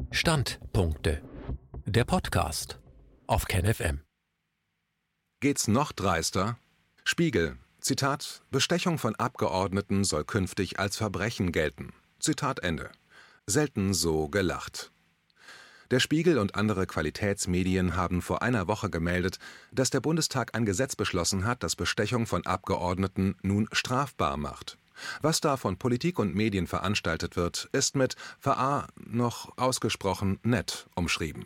Standpunkte. Der Podcast auf KenFM. Geht's noch dreister? Spiegel. Zitat: Bestechung von Abgeordneten soll künftig als Verbrechen gelten. Zitat Ende. Selten so gelacht. Der Spiegel und andere Qualitätsmedien haben vor einer Woche gemeldet, dass der Bundestag ein Gesetz beschlossen hat, das Bestechung von Abgeordneten nun strafbar macht. Was da von Politik und Medien veranstaltet wird, ist mit VA noch ausgesprochen nett umschrieben.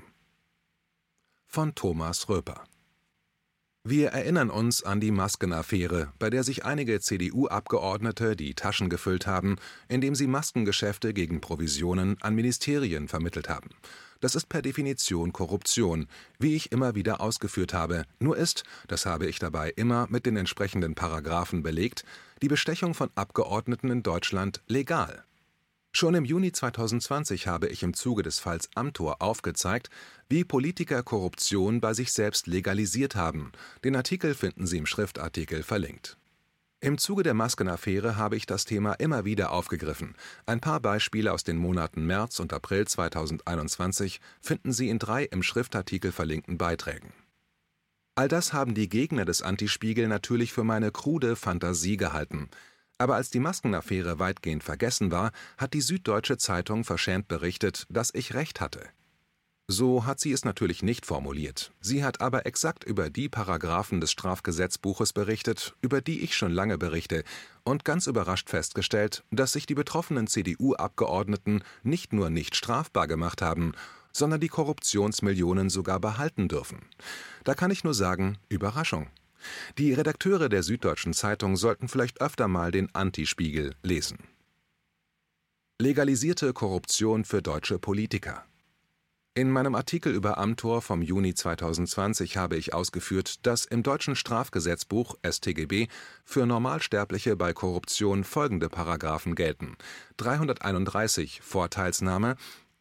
Von Thomas Röper. Wir erinnern uns an die Maskenaffäre, bei der sich einige CDU-Abgeordnete die Taschen gefüllt haben, indem sie Maskengeschäfte gegen Provisionen an Ministerien vermittelt haben. Das ist per Definition Korruption, wie ich immer wieder ausgeführt habe. Nur ist, das habe ich dabei immer mit den entsprechenden Paragraphen belegt, die Bestechung von Abgeordneten in Deutschland legal. Schon im Juni 2020 habe ich im Zuge des Falls Amthor aufgezeigt, wie Politiker Korruption bei sich selbst legalisiert haben. Den Artikel finden Sie im Schriftartikel verlinkt. Im Zuge der Maskenaffäre habe ich das Thema immer wieder aufgegriffen. Ein paar Beispiele aus den Monaten März und April 2021 finden Sie in 3 im Schriftartikel verlinkten Beiträgen. All das haben die Gegner des Antispiegel natürlich für meine krude Fantasie gehalten. Aber als die Maskenaffäre weitgehend vergessen war, hat die Süddeutsche Zeitung verschämt berichtet, dass ich recht hatte. So hat sie es natürlich nicht formuliert. Sie hat aber exakt über die Paragraphen des Strafgesetzbuches berichtet, über die ich schon lange berichte, und ganz überrascht festgestellt, dass sich die betroffenen CDU-Abgeordneten nicht nur nicht strafbar gemacht haben, sondern die Korruptionsmillionen sogar behalten dürfen. Da kann ich nur sagen, Überraschung. Die Redakteure der Süddeutschen Zeitung sollten vielleicht öfter mal den Antispiegel lesen. Legalisierte Korruption für deutsche Politiker. In meinem Artikel über Amthor vom Juni 2020 habe ich ausgeführt, dass im deutschen Strafgesetzbuch StGB für Normalsterbliche bei Korruption folgende Paragraphen gelten: 331 Vorteilsnahme,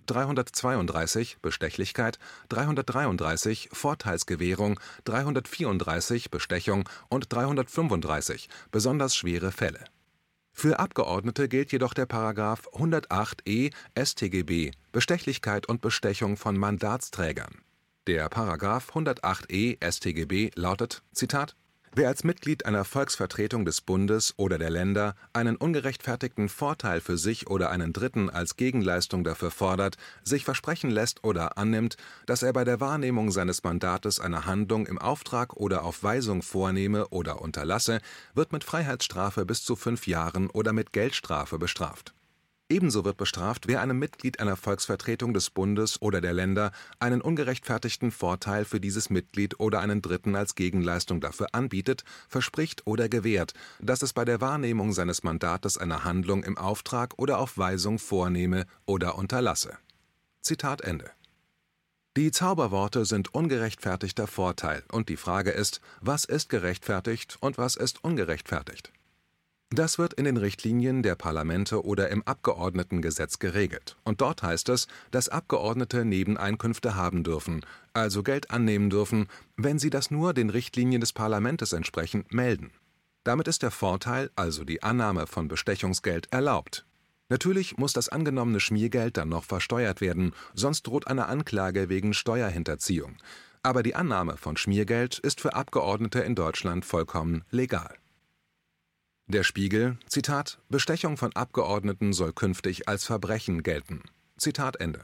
332 Bestechlichkeit, 333 Vorteilsgewährung, 334 Bestechung und 335 besonders schwere Fälle. Für Abgeordnete gilt jedoch der Paragraph 108e StGB Bestechlichkeit und Bestechung von Mandatsträgern. Der Paragraph 108e StGB lautet, Zitat: Wer als Mitglied einer Volksvertretung des Bundes oder der Länder einen ungerechtfertigten Vorteil für sich oder einen Dritten als Gegenleistung dafür fordert, sich versprechen lässt oder annimmt, dass er bei der Wahrnehmung seines Mandates eine Handlung im Auftrag oder auf Weisung vornehme oder unterlasse, wird mit Freiheitsstrafe bis zu 5 Jahren oder mit Geldstrafe bestraft. Ebenso wird bestraft, wer einem Mitglied einer Volksvertretung des Bundes oder der Länder einen ungerechtfertigten Vorteil für dieses Mitglied oder einen Dritten als Gegenleistung dafür anbietet, verspricht oder gewährt, dass es bei der Wahrnehmung seines Mandates eine Handlung im Auftrag oder auf Weisung vornehme oder unterlasse. Zitat Ende. Die Zauberworte sind ungerechtfertigter Vorteil und die Frage ist, was ist gerechtfertigt und was ist ungerechtfertigt? Das wird in den Richtlinien der Parlamente oder im Abgeordnetengesetz geregelt. Und dort heißt es, dass Abgeordnete Nebeneinkünfte haben dürfen, also Geld annehmen dürfen, wenn sie das nur den Richtlinien des Parlamentes entsprechend melden. Damit ist der Vorteil, also die Annahme von Bestechungsgeld, erlaubt. Natürlich muss das angenommene Schmiergeld dann noch versteuert werden, sonst droht eine Anklage wegen Steuerhinterziehung. Aber die Annahme von Schmiergeld ist für Abgeordnete in Deutschland vollkommen legal. Der Spiegel, Zitat: Bestechung von Abgeordneten soll künftig als Verbrechen gelten. Zitat Ende.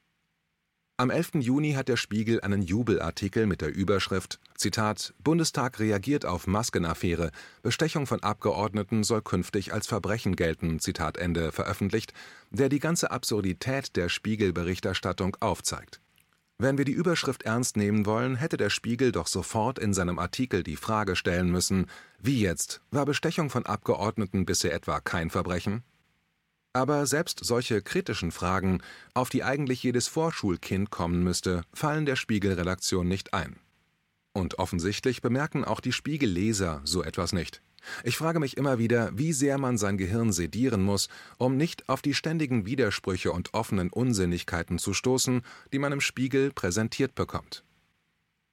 Am 11. Juni hat der Spiegel einen Jubelartikel mit der Überschrift, Zitat: Bundestag reagiert auf Maskenaffäre, Bestechung von Abgeordneten soll künftig als Verbrechen gelten, Zitat Ende, veröffentlicht, der die ganze Absurdität der Spiegel-Berichterstattung aufzeigt. Wenn wir die Überschrift ernst nehmen wollen, hätte der Spiegel doch sofort in seinem Artikel die Frage stellen müssen, wie jetzt, war Bestechung von Abgeordneten bisher etwa kein Verbrechen? Aber selbst solche kritischen Fragen, auf die eigentlich jedes Vorschulkind kommen müsste, fallen der Spiegel-Redaktion nicht ein. Und offensichtlich bemerken auch die Spiegel-Leser so etwas nicht. Ich frage mich immer wieder, wie sehr man sein Gehirn sedieren muss, um nicht auf die ständigen Widersprüche und offenen Unsinnigkeiten zu stoßen, die man im Spiegel präsentiert bekommt.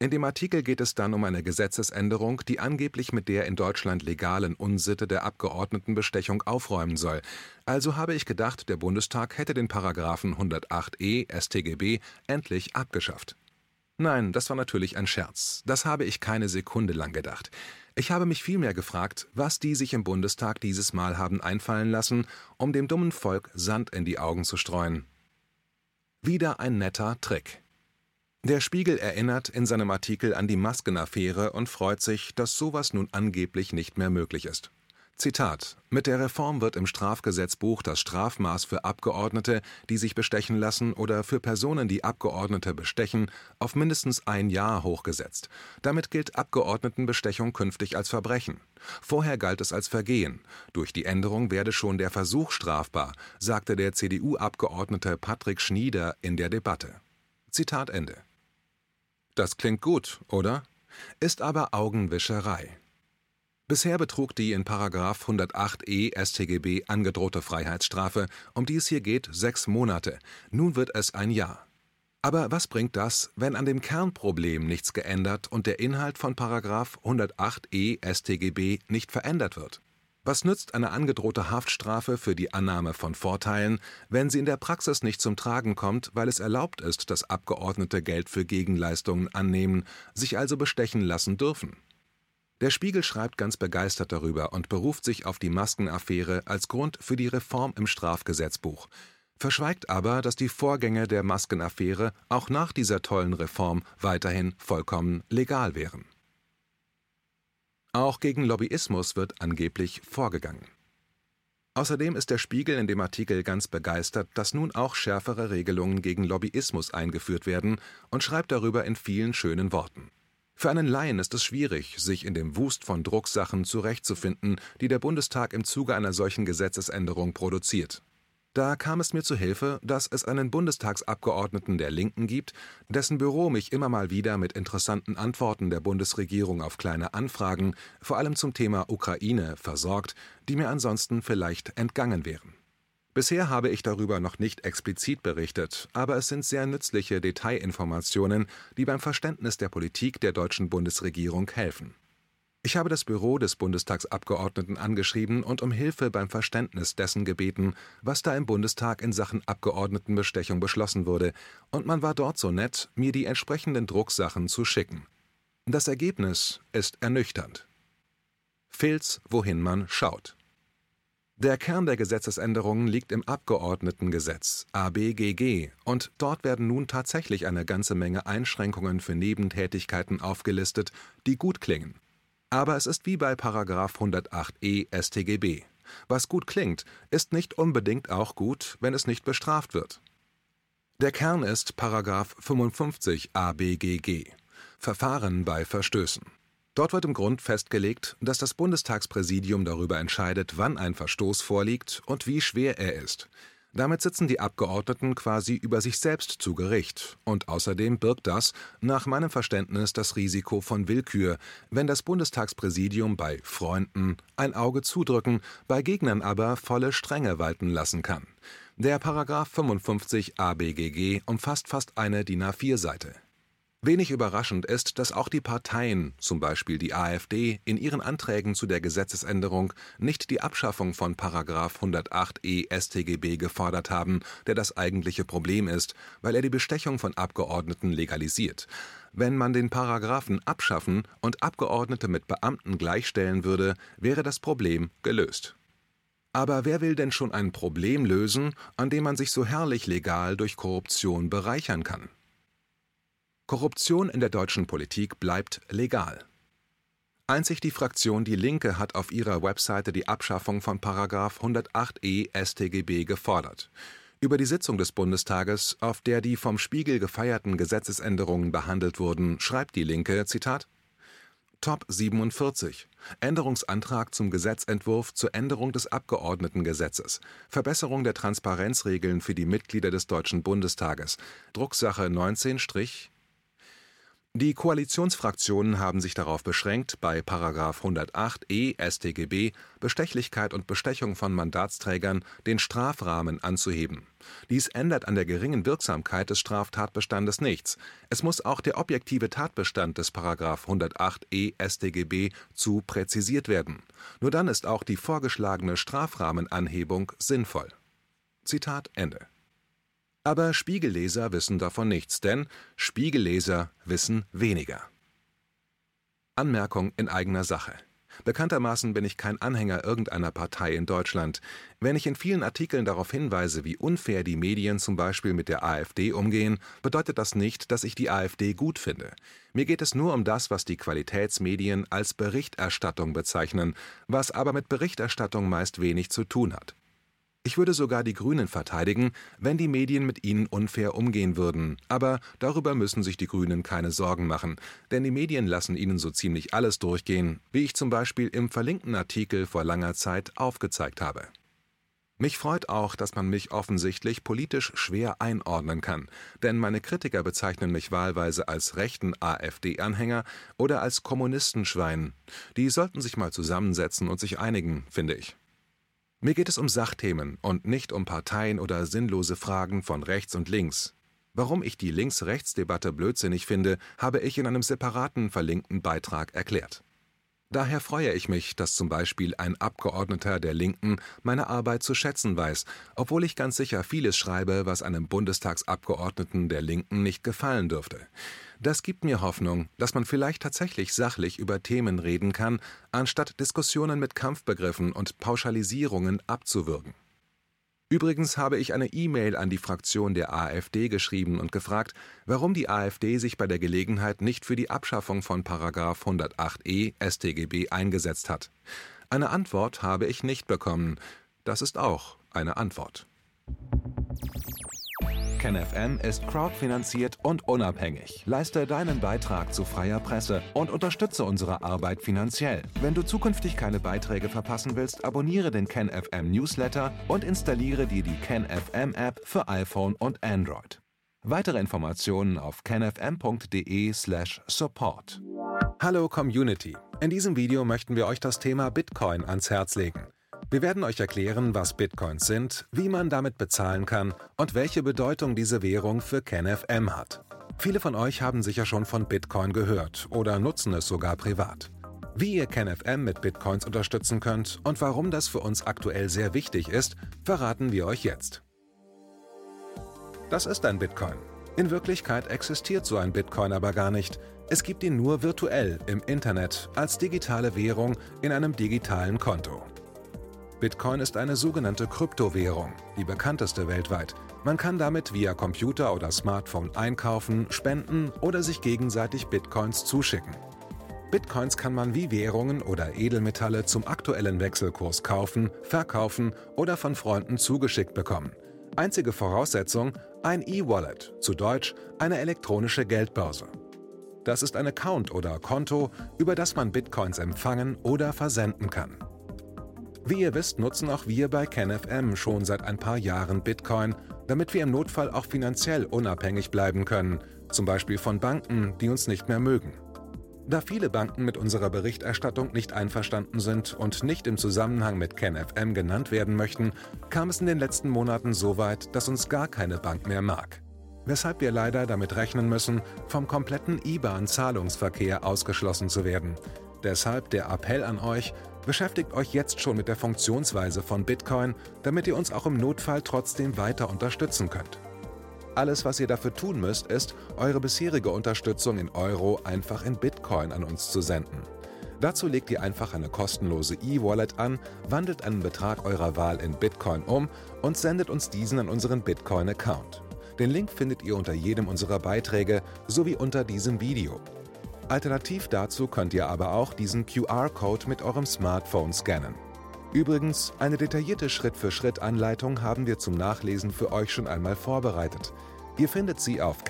In dem Artikel geht es dann um eine Gesetzesänderung, die angeblich mit der in Deutschland legalen Unsitte der Abgeordnetenbestechung aufräumen soll. Also habe ich gedacht, der Bundestag hätte den Paragraphen 108e StGB endlich abgeschafft. Nein, das war natürlich ein Scherz. Das habe ich keine Sekunde lang gedacht. Ich habe mich vielmehr gefragt, was die sich im Bundestag dieses Mal haben einfallen lassen, um dem dummen Volk Sand in die Augen zu streuen. Wieder ein netter Trick. Der Spiegel erinnert in seinem Artikel an die Maskenaffäre und freut sich, dass sowas nun angeblich nicht mehr möglich ist. Zitat: Mit der Reform wird im Strafgesetzbuch das Strafmaß für Abgeordnete, die sich bestechen lassen, oder für Personen, die Abgeordnete bestechen, auf mindestens 1 Jahr hochgesetzt. Damit gilt Abgeordnetenbestechung künftig als Verbrechen. Vorher galt es als Vergehen. Durch die Änderung werde schon der Versuch strafbar, sagte der CDU-Abgeordnete Patrick Schnieder in der Debatte. Zitat Ende. Das klingt gut, oder? Ist aber Augenwischerei. Bisher betrug die in § 108e StGB angedrohte Freiheitsstrafe, um die es hier geht, 6 Monate. Nun wird es 1 Jahr. Aber was bringt das, wenn an dem Kernproblem nichts geändert und der Inhalt von § 108e StGB nicht verändert wird? Was nützt eine angedrohte Haftstrafe für die Annahme von Vorteilen, wenn sie in der Praxis nicht zum Tragen kommt, weil es erlaubt ist, dass Abgeordnete Geld für Gegenleistungen annehmen, sich also bestechen lassen dürfen? Der Spiegel schreibt ganz begeistert darüber und beruft sich auf die Maskenaffäre als Grund für die Reform im Strafgesetzbuch, verschweigt aber, dass die Vorgänge der Maskenaffäre auch nach dieser tollen Reform weiterhin vollkommen legal wären. Auch gegen Lobbyismus wird angeblich vorgegangen. Außerdem ist der Spiegel in dem Artikel ganz begeistert, dass nun auch schärfere Regelungen gegen Lobbyismus eingeführt werden, und schreibt darüber in vielen schönen Worten. Für einen Laien ist es schwierig, sich in dem Wust von Drucksachen zurechtzufinden, die der Bundestag im Zuge einer solchen Gesetzesänderung produziert. Da kam es mir zu Hilfe, dass es einen Bundestagsabgeordneten der Linken gibt, dessen Büro mich immer mal wieder mit interessanten Antworten der Bundesregierung auf kleine Anfragen, vor allem zum Thema Ukraine, versorgt, die mir ansonsten vielleicht entgangen wären. Bisher habe ich darüber noch nicht explizit berichtet, aber es sind sehr nützliche Detailinformationen, die beim Verständnis der Politik der deutschen Bundesregierung helfen. Ich habe das Büro des Bundestagsabgeordneten angeschrieben und um Hilfe beim Verständnis dessen gebeten, was da im Bundestag in Sachen Abgeordnetenbestechung beschlossen wurde, und man war dort so nett, mir die entsprechenden Drucksachen zu schicken. Das Ergebnis ist ernüchternd. Filz, wohin man schaut. Der Kern der Gesetzesänderungen liegt im Abgeordnetengesetz (ABGG) und dort werden nun tatsächlich eine ganze Menge Einschränkungen für Nebentätigkeiten aufgelistet, die gut klingen. Aber es ist wie bei § 108e StGB. Was gut klingt, ist nicht unbedingt auch gut, wenn es nicht bestraft wird. Der Kern ist § 55 ABGG, Verfahren bei Verstößen. Dort wird im Grund festgelegt, dass das Bundestagspräsidium darüber entscheidet, wann ein Verstoß vorliegt und wie schwer er ist. Damit sitzen die Abgeordneten quasi über sich selbst zu Gericht, und außerdem birgt das, nach meinem Verständnis, das Risiko von Willkür, wenn das Bundestagspräsidium bei Freunden ein Auge zudrücken, bei Gegnern aber volle Strenge walten lassen kann. Der § 55 ABGG umfasst fast eine DIN A4-Seite. Wenig überraschend ist, dass auch die Parteien, zum Beispiel die AfD, in ihren Anträgen zu der Gesetzesänderung nicht die Abschaffung von § 108e StGB gefordert haben, der das eigentliche Problem ist, weil er die Bestechung von Abgeordneten legalisiert. Wenn man den Paragraphen abschaffen und Abgeordnete mit Beamten gleichstellen würde, wäre das Problem gelöst. Aber wer will denn schon ein Problem lösen, an dem man sich so herrlich legal durch Korruption bereichern kann? Korruption in der deutschen Politik bleibt legal. Einzig die Fraktion Die Linke hat auf ihrer Webseite die Abschaffung von § 108e StGB gefordert. Über die Sitzung des Bundestages, auf der die vom Spiegel gefeierten Gesetzesänderungen behandelt wurden, schreibt Die Linke, Zitat: Top 47. Änderungsantrag zum Gesetzentwurf zur Änderung des Abgeordnetengesetzes. Verbesserung der Transparenzregeln für die Mitglieder des Deutschen Bundestages. Drucksache 19- Die Koalitionsfraktionen haben sich darauf beschränkt, bei § 108e StGB Bestechlichkeit und Bestechung von Mandatsträgern den Strafrahmen anzuheben. Dies ändert an der geringen Wirksamkeit des Straftatbestandes nichts. Es muss auch der objektive Tatbestand des § 108e StGB zu präzisiert werden. Nur dann ist auch die vorgeschlagene Strafrahmenanhebung sinnvoll. Zitat Ende. Aber Spiegelleser wissen davon nichts, denn Spiegelleser wissen weniger. Anmerkung in eigener Sache. Bekanntermaßen bin ich kein Anhänger irgendeiner Partei in Deutschland. Wenn ich in vielen Artikeln darauf hinweise, wie unfair die Medien zum Beispiel mit der AfD umgehen, bedeutet das nicht, dass ich die AfD gut finde. Mir geht es nur um das, was die Qualitätsmedien als Berichterstattung bezeichnen, was aber mit Berichterstattung meist wenig zu tun hat. Ich würde sogar die Grünen verteidigen, wenn die Medien mit ihnen unfair umgehen würden, aber darüber müssen sich die Grünen keine Sorgen machen, denn die Medien lassen ihnen so ziemlich alles durchgehen, wie ich zum Beispiel im verlinkten Artikel vor langer Zeit aufgezeigt habe. Mich freut auch, dass man mich offensichtlich politisch schwer einordnen kann, denn meine Kritiker bezeichnen mich wahlweise als rechten AfD-Anhänger oder als Kommunistenschwein. Die sollten sich mal zusammensetzen und sich einigen, finde ich. Mir geht es um Sachthemen und nicht um Parteien oder sinnlose Fragen von rechts und links. Warum ich die Links-Rechts-Debatte blödsinnig finde, habe ich in einem separaten verlinkten Beitrag erklärt. Daher freue ich mich, dass zum Beispiel ein Abgeordneter der Linken meine Arbeit zu schätzen weiß, obwohl ich ganz sicher vieles schreibe, was einem Bundestagsabgeordneten der Linken nicht gefallen dürfte. Das gibt mir Hoffnung, dass man vielleicht tatsächlich sachlich über Themen reden kann, anstatt Diskussionen mit Kampfbegriffen und Pauschalisierungen abzuwürgen. Übrigens habe ich eine E-Mail an die Fraktion der AfD geschrieben und gefragt, warum die AfD sich bei der Gelegenheit nicht für die Abschaffung von § 108e StGB eingesetzt hat. Eine Antwort habe ich nicht bekommen. Das ist auch eine Antwort. KenFM ist crowdfinanziert und unabhängig. Leiste deinen Beitrag zu freier Presse und unterstütze unsere Arbeit finanziell. Wenn du zukünftig keine Beiträge verpassen willst, abonniere den KenFM Newsletter und installiere dir die KenFM App für iPhone und Android. Weitere Informationen auf kenfm.de/support. Hallo Community! In diesem Video möchten wir euch das Thema Bitcoin ans Herz legen. Wir werden euch erklären, was Bitcoins sind, wie man damit bezahlen kann und welche Bedeutung diese Währung für KenFM hat. Viele von euch haben sicher schon von Bitcoin gehört oder nutzen es sogar privat. Wie ihr KenFM mit Bitcoins unterstützen könnt und warum das für uns aktuell sehr wichtig ist, verraten wir euch jetzt. Das ist ein Bitcoin. In Wirklichkeit existiert so ein Bitcoin aber gar nicht. Es gibt ihn nur virtuell im Internet als digitale Währung in einem digitalen Konto. Bitcoin ist eine sogenannte Kryptowährung, die bekannteste weltweit. Man kann damit via Computer oder Smartphone einkaufen, spenden oder sich gegenseitig Bitcoins zuschicken. Bitcoins kann man wie Währungen oder Edelmetalle zum aktuellen Wechselkurs kaufen, verkaufen oder von Freunden zugeschickt bekommen. Einzige Voraussetzung: ein E-Wallet, zu Deutsch eine elektronische Geldbörse. Das ist ein Account oder Konto, über das man Bitcoins empfangen oder versenden kann. Wie ihr wisst, nutzen auch wir bei KenFM schon seit ein paar Jahren Bitcoin, damit wir im Notfall auch finanziell unabhängig bleiben können, zum Beispiel von Banken, die uns nicht mehr mögen. Da viele Banken mit unserer Berichterstattung nicht einverstanden sind und nicht im Zusammenhang mit KenFM genannt werden möchten, kam es in den letzten Monaten so weit, dass uns gar keine Bank mehr mag. Weshalb wir leider damit rechnen müssen, vom kompletten IBAN-Zahlungsverkehr ausgeschlossen zu werden. Deshalb der Appell an euch: Beschäftigt euch jetzt schon mit der Funktionsweise von Bitcoin, damit ihr uns auch im Notfall trotzdem weiter unterstützen könnt. Alles, was ihr dafür tun müsst, ist, eure bisherige Unterstützung in Euro einfach in Bitcoin an uns zu senden. Dazu legt ihr einfach eine kostenlose E-Wallet an, wandelt einen Betrag eurer Wahl in Bitcoin um und sendet uns diesen an unseren Bitcoin-Account. Den Link findet ihr unter jedem unserer Beiträge sowie unter diesem Video. Alternativ dazu könnt ihr aber auch diesen QR-Code mit eurem Smartphone scannen. Übrigens, eine detaillierte Schritt-für-Schritt-Anleitung haben wir zum Nachlesen für euch schon einmal vorbereitet. Ihr findet sie auf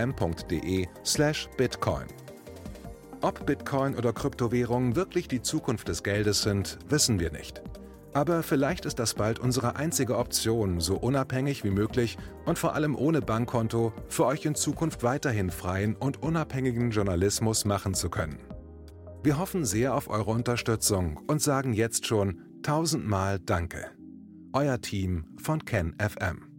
kenfm.de/bitcoin. Ob Bitcoin oder Kryptowährungen wirklich die Zukunft des Geldes sind, wissen wir nicht. Aber vielleicht ist das bald unsere einzige Option, so unabhängig wie möglich und vor allem ohne Bankkonto für euch in Zukunft weiterhin freien und unabhängigen Journalismus machen zu können. Wir hoffen sehr auf eure Unterstützung und sagen jetzt schon 1000-mal Danke. Euer Team von KenFM.